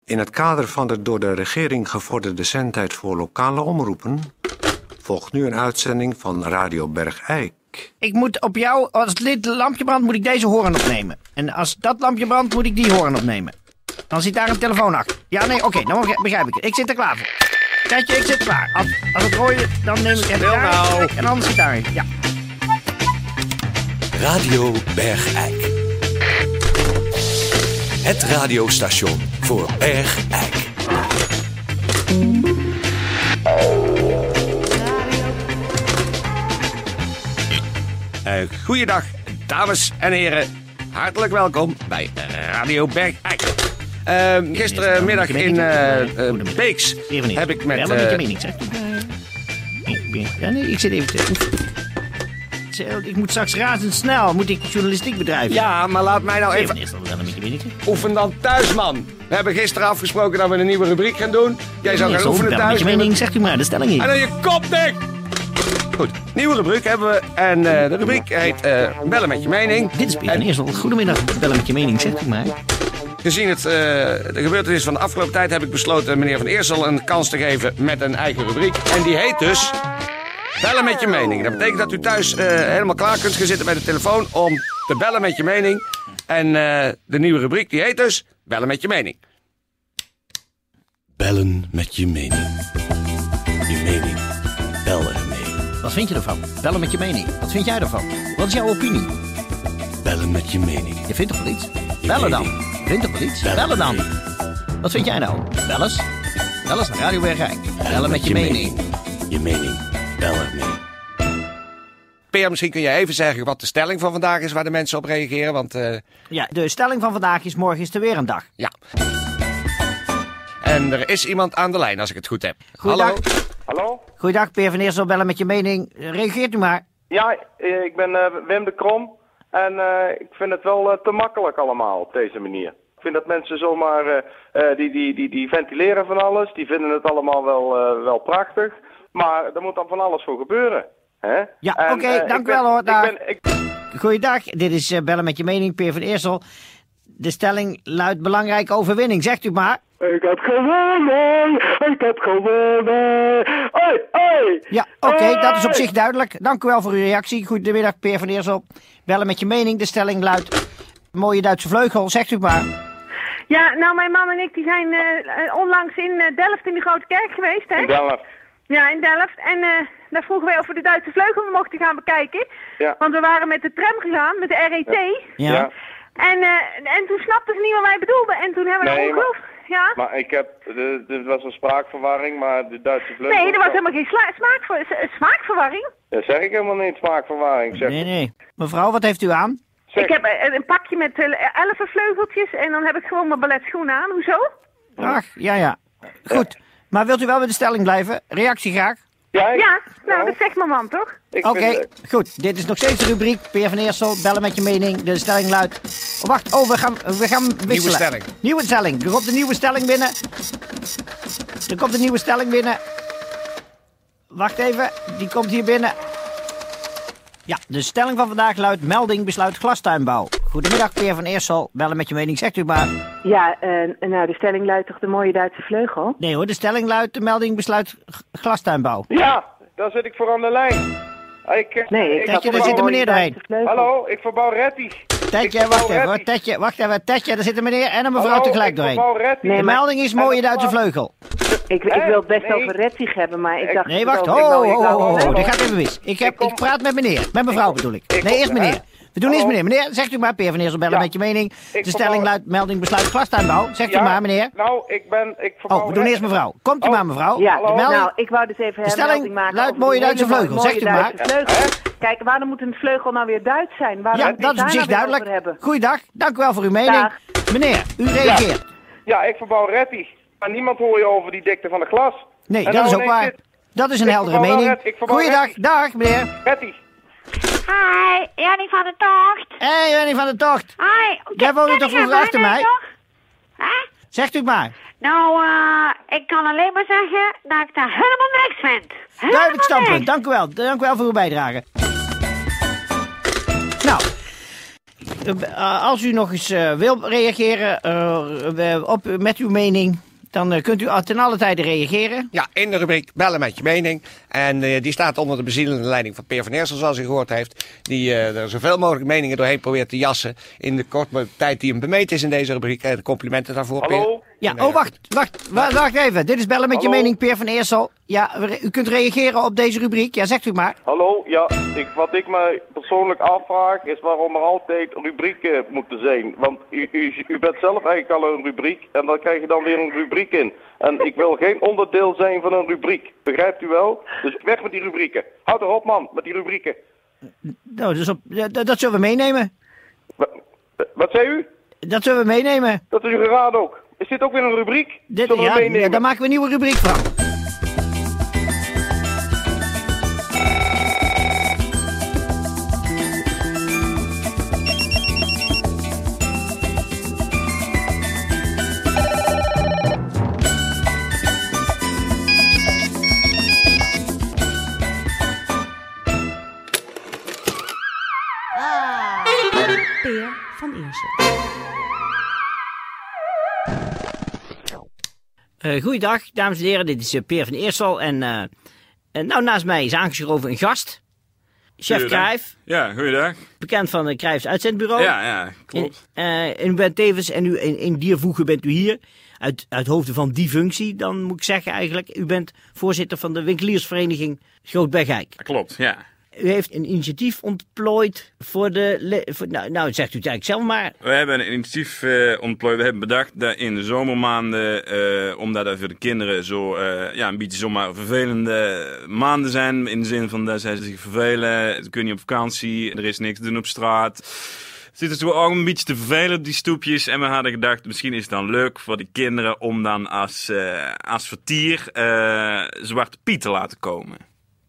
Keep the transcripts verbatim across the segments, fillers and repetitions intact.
In het kader van de door de regering gevorderde zendtijd voor lokale omroepen volgt nu een uitzending van Radio Bergijk. Ik moet op jou, als dit lampje brandt, moet ik deze hoorn opnemen. En als dat lampje brandt, moet ik die hoorn opnemen. Dan zit daar een telefoon achter. Ja, nee, oké, okay, dan begrijp ik het. Ik zit er klaar voor. Kijk, ik zit klaar. Als, als het rooien, dan neem ik het daar. Nou. En anders zit daar. Ja. Radio Bergijk. Het radiostation voor Bergijk. Uh, goeiedag, dames en heren. Hartelijk welkom bij Radio Bergijk. Uh, gisterenmiddag in uh, uh, Beeks heb ik met... Uh, ja, nee, ik zit even te... Ik moet straks razendsnel, moet ik journalistiek bedrijven. Ja, maar laat mij nou even... Oefen dan thuis, man. We hebben gisteren afgesproken dat we een nieuwe rubriek gaan doen. Jij zou gaan oefenen thuis. Met je mening, zegt u maar, de stelling hier. En dan je kop dicht! Goed, nieuwe rubriek hebben we. En uh, de rubriek heet uh, Bellen met je mening. Dit is Peer van Eersel. Goedemiddag, Bellen met je mening, zegt u maar. Gezien het, uh, de gebeurtenis van de afgelopen tijd heb ik besloten meneer Van Eersel een kans te geven met een eigen rubriek. En die heet dus Bellen met je mening. Dat betekent dat u thuis uh, helemaal klaar kunt gaan zitten bij de telefoon om te bellen met je mening. En uh, de nieuwe rubriek die heet dus Bellen met je mening. Bellen met je mening. Je mening. Bel ermee. Wat vind je ervan? Bellen met je mening. Wat vind jij ervan? Wat is jouw opinie? Bellen met je mening. Je vindt toch wel iets? Je Bellen mening. dan. Je vindt toch wel iets? Bellen, Bellen dan. mening. Wat vind jij nou? Bel eens. Bel eens naar Radio Bergijk. Bellen, Bellen met je, je mening. mening. Je mening. Bel ermee. Peer, misschien kun je even zeggen wat de stelling van vandaag is waar de mensen op reageren, want... Uh... Ja, de stelling van vandaag is morgen is er weer een dag. Ja. En er is iemand aan de lijn, als ik het goed heb. Goeiedag. Hallo? Hallo? Goeiedag, Peer van Eersel, bellen met je mening. Reageert u maar. Ja, ik ben uh, Wim de Krom. En uh, ik vind het wel uh, te makkelijk allemaal op deze manier. Ik vind dat mensen zomaar, uh, uh, die, die, die, die ventileren van alles. Die vinden het allemaal wel, uh, wel prachtig. Maar er moet dan van alles voor gebeuren. Hè? Ja, oké, okay, uh, dank u wel hoor. Dag. Ik ben, ik... Goeiedag, dit is uh, bellen met je mening, Peer van Eersel. De stelling luidt belangrijke overwinning, zegt u maar. Ik heb gewonnen, ik heb gewonnen. Hoi, hoi. Ja, oké, okay, dat is op zich duidelijk. Dank u wel voor uw reactie. Goedemiddag, Peer van Eersel. Bellen met je mening. De stelling luidt mooie Duitse vleugel, zegt u maar. Ja, nou mijn man en ik die zijn uh, onlangs in uh, Delft in de Grote Kerk geweest, hè? In Delft. Ja, in Delft. En uh, daar vroegen wij of we de Duitse vleugel mochten gaan bekijken. Ja. Want we waren met de tram gegaan, met de R E T. Ja. ja. En, uh, en toen snapten ze niet wat wij bedoelden. En toen hebben we nee, ongelooflijk... Ja? Maar ik heb... Er was een spraakverwarring, maar de Duitse vleugel... Nee, er was helemaal geen sla- smaakver- smaakverwarring. Dat zeg ik helemaal niet, smaakverwarring. Zeg nee, nee. Mevrouw, wat heeft u aan? Zeg. Ik heb uh, een pakje met uh, elfenvleugeltjes en dan heb ik gewoon mijn balletschoenen aan. Hoezo? Ach, ja, ja. Goed. Ja. Maar wilt u wel bij de stelling blijven? Reactie graag. Ja, ik... ja nou, dat zegt mijn man, toch? Oké, okay, goed. Dit is nog steeds de rubriek. Peer van Eersel, bellen met je mening. De stelling luidt... Oh, wacht, oh, we gaan, we gaan wisselen. Nieuwe stelling. Nieuwe stelling. Er komt een nieuwe stelling binnen. Er komt een nieuwe stelling binnen. Wacht even, die komt hier binnen. Ja, de stelling van vandaag luidt... Melding besluit glastuinbouw. Goedemiddag, Peer van Eersel. Bellen met je mening, zegt u maar. Ja, uh, nou, de stelling luidt toch de mooie Duitse vleugel? Nee hoor, de stelling luidt... De melding besluit g- glastuinbouw. Ja, daar zit ik voor aan de lijn. Ik, nee, ik Tetje, daar zit een meneer doorheen. Hallo, ik verbouw Retties. Tetje, wacht even hoor. Tetje, wacht even. Tetje, daar zit een meneer en een mevrouw Hallo, tegelijk doorheen. Nee, de melding is mooie Duitse vleugel. Ik, ik wil het best nee. over Rettig hebben, maar ik dacht... Nee, wacht. Ho, ho, ho, ho. Dit gaat even mis. Ik, heb, ik praat met meneer. Met mevrouw bedoel ik. Nee, eerst meneer. We doen eerst meneer. Meneer, zegt u maar, Peer van Eersel, bellen ja. met je mening. De stelling luidt, melding besluit glastuinbouw. Zegt ja. u maar, meneer. Nou, ik ben... Ik oh, we doen eerst mevrouw. Komt u oh. maar, mevrouw. Ja, de melding, nou, ik wou dus even de stelling luidt mooie Duitse vleugel. Zegt u maar. Kijk, waarom moet een vleugel nou weer Duits zijn? Waarom ja, dat is op zich duidelijk. Goeiedag, dank u wel voor uw mening. Dag. Meneer, u reageert. Ja, ja ik verbouw Rettig. Maar niemand hoor je over die dikte van de glas. Nee, en dat is ook waar. Dit. Dat is een ik heldere mening. Goeiedag, dag meneer. Rettig. Hi, Jannie van de Tocht. Hé, hey, Jannie van de Tocht. Hi. Jij woonde toch vroeger achter mij? Huh? Zegt u het maar. Nou, uh, ik kan alleen maar zeggen dat ik daar helemaal niks vind. Helemaal Duidelijk standpunt, niks. dank u wel. Dank u wel voor uw bijdrage. Nou, uh, als u nog eens uh, wil reageren uh, op, met uw mening, dan uh, kunt u ten alle tijde reageren. Ja, in de rubriek Bellen met je mening. En uh, die staat onder de bezielende leiding van Peer van Eersel, zoals u gehoord heeft. Die uh, er zoveel mogelijk meningen doorheen probeert te jassen in de korte tijd die hem bemeten is in deze rubriek. Uh, de complimenten daarvoor, Peer. Hallo? Ja, oh wacht, wacht, wacht, wacht even. Dit is Bellen met Hallo? je mening, Peer van Eersel. Ja, u kunt reageren op deze rubriek. Ja, zegt u maar. Hallo, ja, ik, wat ik me persoonlijk afvraag is waarom er altijd rubrieken moeten zijn. Want u, u, u bent zelf eigenlijk al een rubriek en dan krijg je dan weer een rubriek in. En ik wil geen onderdeel zijn van een rubriek, begrijpt u wel? Dus weg met die rubrieken. Houd erop man, met die rubrieken. Nou, dus op, dat, dat zullen we meenemen. Wat, wat zei u? Dat zullen we meenemen. Dat is u geraden ook. Is dit ook weer een rubriek? Dit, Zullen we ja, meenemen? ja, daar maken we een nieuwe rubriek van. Peer van Eersel. Uh, goeiedag, dames en heren. Dit is uh, Peer van Eersel. En uh, uh, nou, naast mij is aangeschoven een gast. Chef Cruijff. Ja, goeiedag. Bekend van de Cruijffs uitzendbureau. Ja, ja, klopt. En, uh, en u bent tevens, en u in, in diervoegen bent u hier. Uit, uit hoofde van die functie, dan moet ik zeggen eigenlijk. U bent voorzitter van de winkeliersvereniging Grootbergijk. Dat klopt, ja. U heeft een initiatief ontplooid voor de... Voor, nou, nou, zegt u het eigenlijk zelf maar. We hebben een initiatief uh, ontplooid. We hebben bedacht dat in de zomermaanden, uh, omdat dat voor de kinderen zo, uh, ja, een beetje zomaar vervelende maanden zijn. In de zin van dat zij zich vervelen, ze kunnen niet op vakantie, er is niks te doen op straat. Het zit dus ook een beetje te vervelen op die stoepjes. En we hadden gedacht, misschien is het dan leuk voor die kinderen om dan als, uh, als vertier uh, Zwarte Piet te laten komen.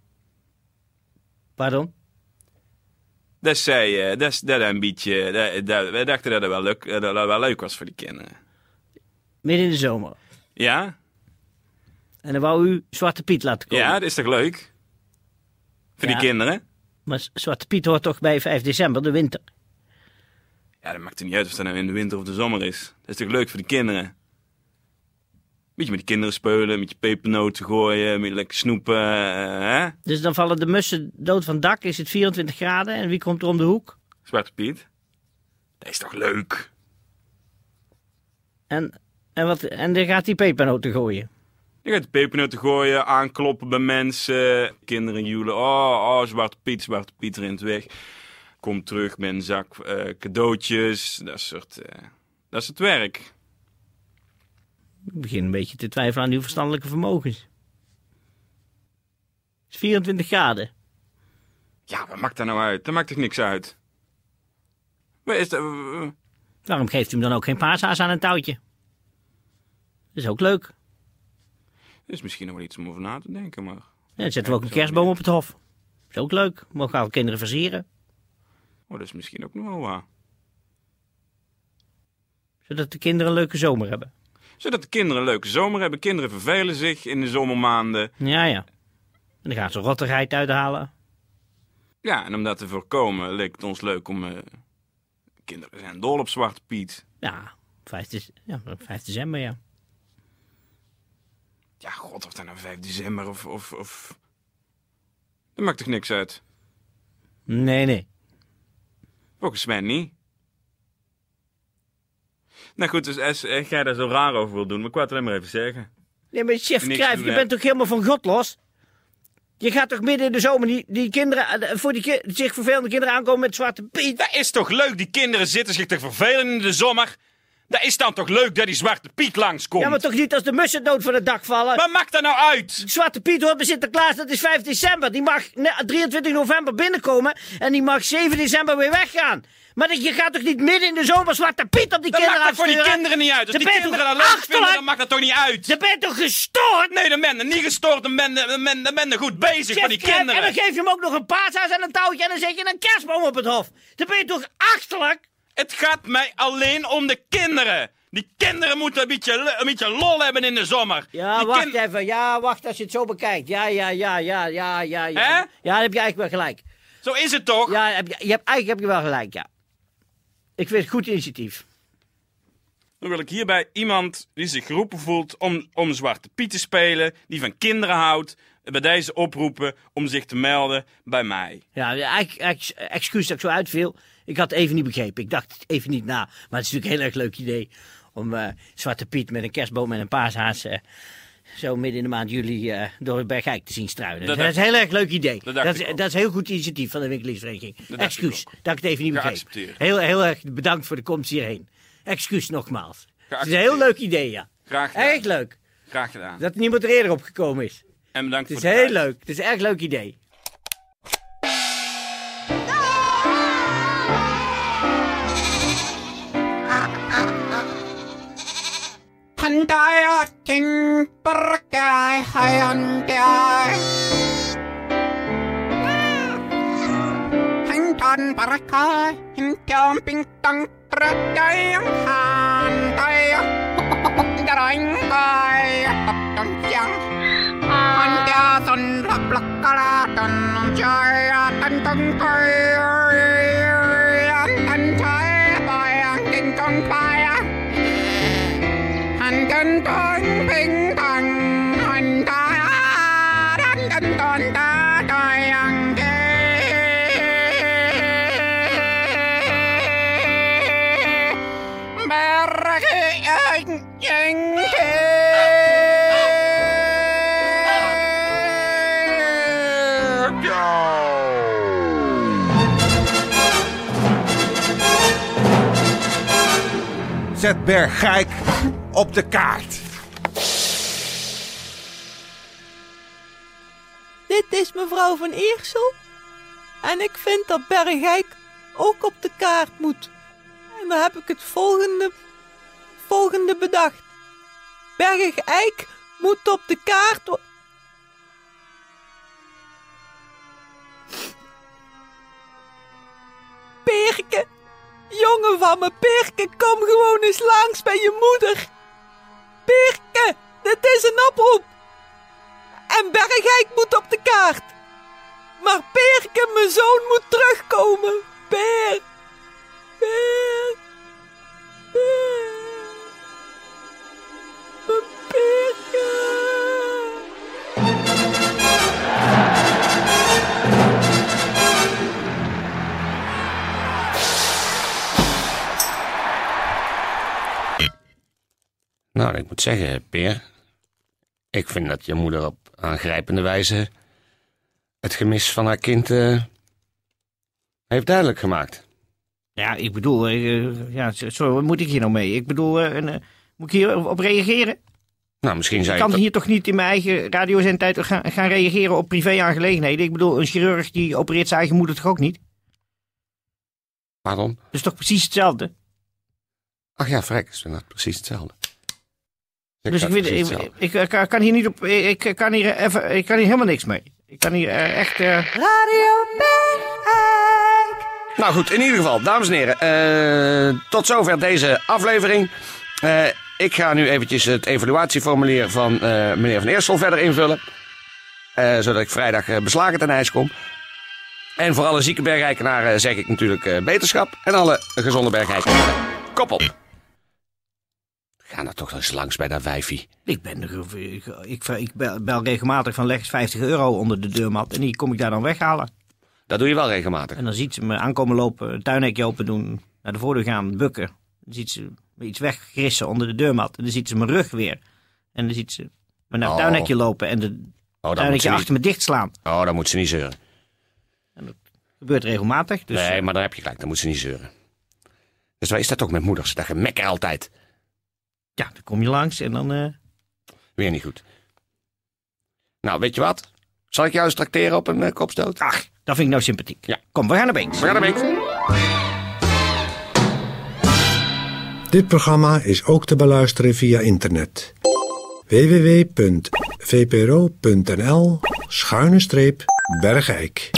Pardon? Dat zei, uh, dat, dat een beetje, dat, dat, wij dachten dat het wel leuk, dat het wel leuk was voor die kinderen. Midden in de zomer. Ja? En dan wou u Zwarte Piet laten komen. Ja, dat is toch leuk? Voor Ja. die kinderen? Maar Zwarte Piet hoort toch bij vijf december, de winter? Ja, dat maakt er niet uit of dat nou in de winter of de zomer is. Dat is toch leuk voor de kinderen? Beetje met die kinderen spelen, met je pepernoten gooien, met lekker snoepen, uh, hè? Dus dan vallen de mussen dood van het dak, is het vierentwintig graden en wie komt er om de hoek? Zwarte Piet. Dat is toch leuk? En, en, wat, en dan gaat die pepernoten gooien. Je gaat de pepernoten gooien, aankloppen bij mensen, kinderen joelen. Oh, oh, Zwarte Piet, Zwarte Piet rent weg. Komt terug met een zak uh, cadeautjes, dat soort, uh, dat is het werk. Ik begin een beetje te twijfelen aan uw verstandelijke vermogens. Het is vierentwintig graden. Ja, wat maakt dat nou uit? Dat maakt toch niks uit? Wat is dat? Uh, Waarom geeft u hem dan ook geen paashaas aan een touwtje? Dat is ook leuk. Dat is misschien nog wel iets om over na te denken, maar... Ja, dan zetten we ook een kerstboom op het hof. Dat is ook leuk. Mogen alle kinderen versieren. Oh, dat is misschien ook nog wel waar. Zodat de kinderen een leuke zomer hebben. Zodat de kinderen een leuke zomer hebben. Kinderen vervelen zich in de zomermaanden. Ja, ja. En dan gaan ze rottigheid uithalen. Ja, en om dat te voorkomen leek het ons leuk om... Uh, kinderen zijn dol op Zwarte Piet. Ja, vijf, ja, vijf december, ja. Ja, god, of dat nou vijf december of, of, of... Dat maakt toch niks uit? Nee, nee. Volgens mij niet. Nou goed, dus als, als jij daar zo raar over wil doen, maar ik wou het alleen maar even zeggen. Nee, maar chef Niks Cruijff, doen, je hè? bent toch helemaal van God los? Je gaat toch midden in de zomer die, die kinderen, voor die ki- zich vervelende kinderen aankomen met Zwarte Piet? Dat is toch leuk, die kinderen zitten zich te vervelen in de zomer? Dat is dan toch leuk dat die Zwarte Piet langskomt? Ja, maar toch niet als de mussen dood van het dak vallen? Wat maakt dat nou uit? Zwarte Piet hoort bij Sinterklaas, dat is vijf december. Die mag ne- drieëntwintig november binnenkomen en die mag zeven december weer weggaan. Maar dat- je gaat toch niet midden in de zomer Zwarte Piet op die Dat kinderen maakt toch voor die afsturen? kinderen niet uit? Als Dan die ben je kinderen toch dat leuk achterlijk? vinden, dan maakt dat toch niet uit? Je bent toch gestoord? Nee, dan ben je niet gestoord, dan ben je, dan ben, dan ben je goed bezig Chef van die Cruijff, kinderen. en dan geef je hem ook nog een paashaas en een touwtje en dan zet je een kerstboom op het hof. Dan ben je toch achterlijk? Het gaat mij alleen om de kinderen. Die kinderen moeten een beetje, een beetje lol hebben in de zomer. Ja, Die wacht kind- even. Ja, wacht als je het zo bekijkt. Ja, ja, ja, ja, ja, ja. Ja, Hè? ja dan heb je eigenlijk wel gelijk. Zo is het toch? Ja, heb je, je hebt, eigenlijk heb je wel gelijk, ja. Ik vind het goed initiatief. Dan wil ik hierbij iemand die zich geroepen voelt om, om Zwarte Piet te spelen, die van kinderen houdt, bij deze oproepen om zich te melden bij mij. Ja, eigenlijk, eigenlijk, excuus dat ik zo uitviel. Ik had het even niet begrepen. Ik dacht even niet na. Maar het is natuurlijk een heel erg leuk idee om uh, Zwarte Piet met een kerstboom en een paashaas uh, zo midden in de maand juli uh, door het Bergijk te zien struinen. Dat, dat is een heel erg leuk idee. Dat, dat, is, dat is een heel goed initiatief van de winkeliersvereniging. Excuus dat ik het even niet begreep. Heel, heel erg bedankt voor de komst hierheen. Excuus nogmaals. Het is een heel leuk idee, ja. Graag gedaan. Erg leuk. Graag gedaan. Dat niemand er eerder op gekomen is. En bedankt het voor de Het is heel tijd. leuk. Het is een erg leuk idee. Handaya ting perkai hayandai Handan perkai hindam pingtang tradayang handaya Darang kai taptan yang Handa son raplakala tan jaya tan tong kai Tan jaya bayang ting tong bayang Anh chân tôn bình thẳng Anh ta đánh anh tôn ta đòi ăn ghê Bà ra khi anh anh Zet Bergijk op de kaart. Dit is mevrouw van Eersel. En ik vind dat Bergijk ook op de kaart moet. En dan heb ik het volgende, volgende bedacht. Bergijk moet op de kaart... Perke, jongen van me, Perke, kom gewoon eens langs bij je moeder. Perke, dit is een oproep. En Bergijk moet op de kaart. Maar Perke, mijn zoon, moet terugkomen. Per, Per, Per, mijn Perke. Nou, ik moet zeggen, Peer, ik vind dat je moeder op aangrijpende wijze het gemis van haar kind uh, heeft duidelijk gemaakt. Ja, ik bedoel, uh, ja, zo, zo, wat moet ik hier nou mee? Ik bedoel, uh, uh, moet ik hier op, op reageren? Nou, misschien zou ik je kan hier toch niet in mijn eigen radiozendtijd gaan, gaan reageren op privé-aangelegenheden? Ik bedoel, een chirurg die opereert zijn eigen moeder toch ook niet? Pardon? Dat is toch precies hetzelfde? Ach ja, vrek, is inderdaad precies hetzelfde. Ik dus ik, weet, ik, ik, ik kan hier niet op, ik kan hier even, ik kan hier helemaal niks mee. Ik kan hier uh, echt... Uh... Radio Bergijk. Nou goed, in ieder geval, dames en heren, uh, tot zover deze aflevering. Uh, ik ga nu eventjes het evaluatieformulier van uh, meneer Van Eersel verder invullen. Uh, zodat ik vrijdag uh, beslagen ten ijs kom. En voor alle zieke Bergijkenaren zeg ik natuurlijk uh, beterschap. En alle gezonde Bergijkenaren, kop op. Ga nou toch eens langs bij dat wijfie. Ik ben er, ik, ik, ik bel, bel regelmatig van leg eens vijftig euro onder de deurmat en die kom ik daar dan weghalen. Dat doe je wel regelmatig. En dan ziet ze me aankomen lopen, een tuinhekje open doen, naar de voordeur gaan, bukken. Dan ziet ze me iets weggrissen onder de deurmat en dan ziet ze mijn rug weer. En dan ziet ze me naar het oh. tuinhekje lopen en de oh, tuinhekje achter niet... me dichtslaan. Oh, dan moet ze niet zeuren. En dat gebeurt regelmatig. Dus... Nee, maar dan heb je gelijk, dan moet ze niet zeuren. Dus waar is dat ook met moeders? Dat gemekker altijd. Ja, dan kom je langs en dan... Uh... Weer niet goed. Nou, weet je wat? Zal ik jou eens trakteren op een uh, kopstoot? Ach, dat vind ik nou sympathiek. Ja. Kom, we gaan naar Beeks. We gaan naar Beeks. Dit programma is ook te beluisteren via internet. w w w punt v p r o punt n l schuine streep Bergijk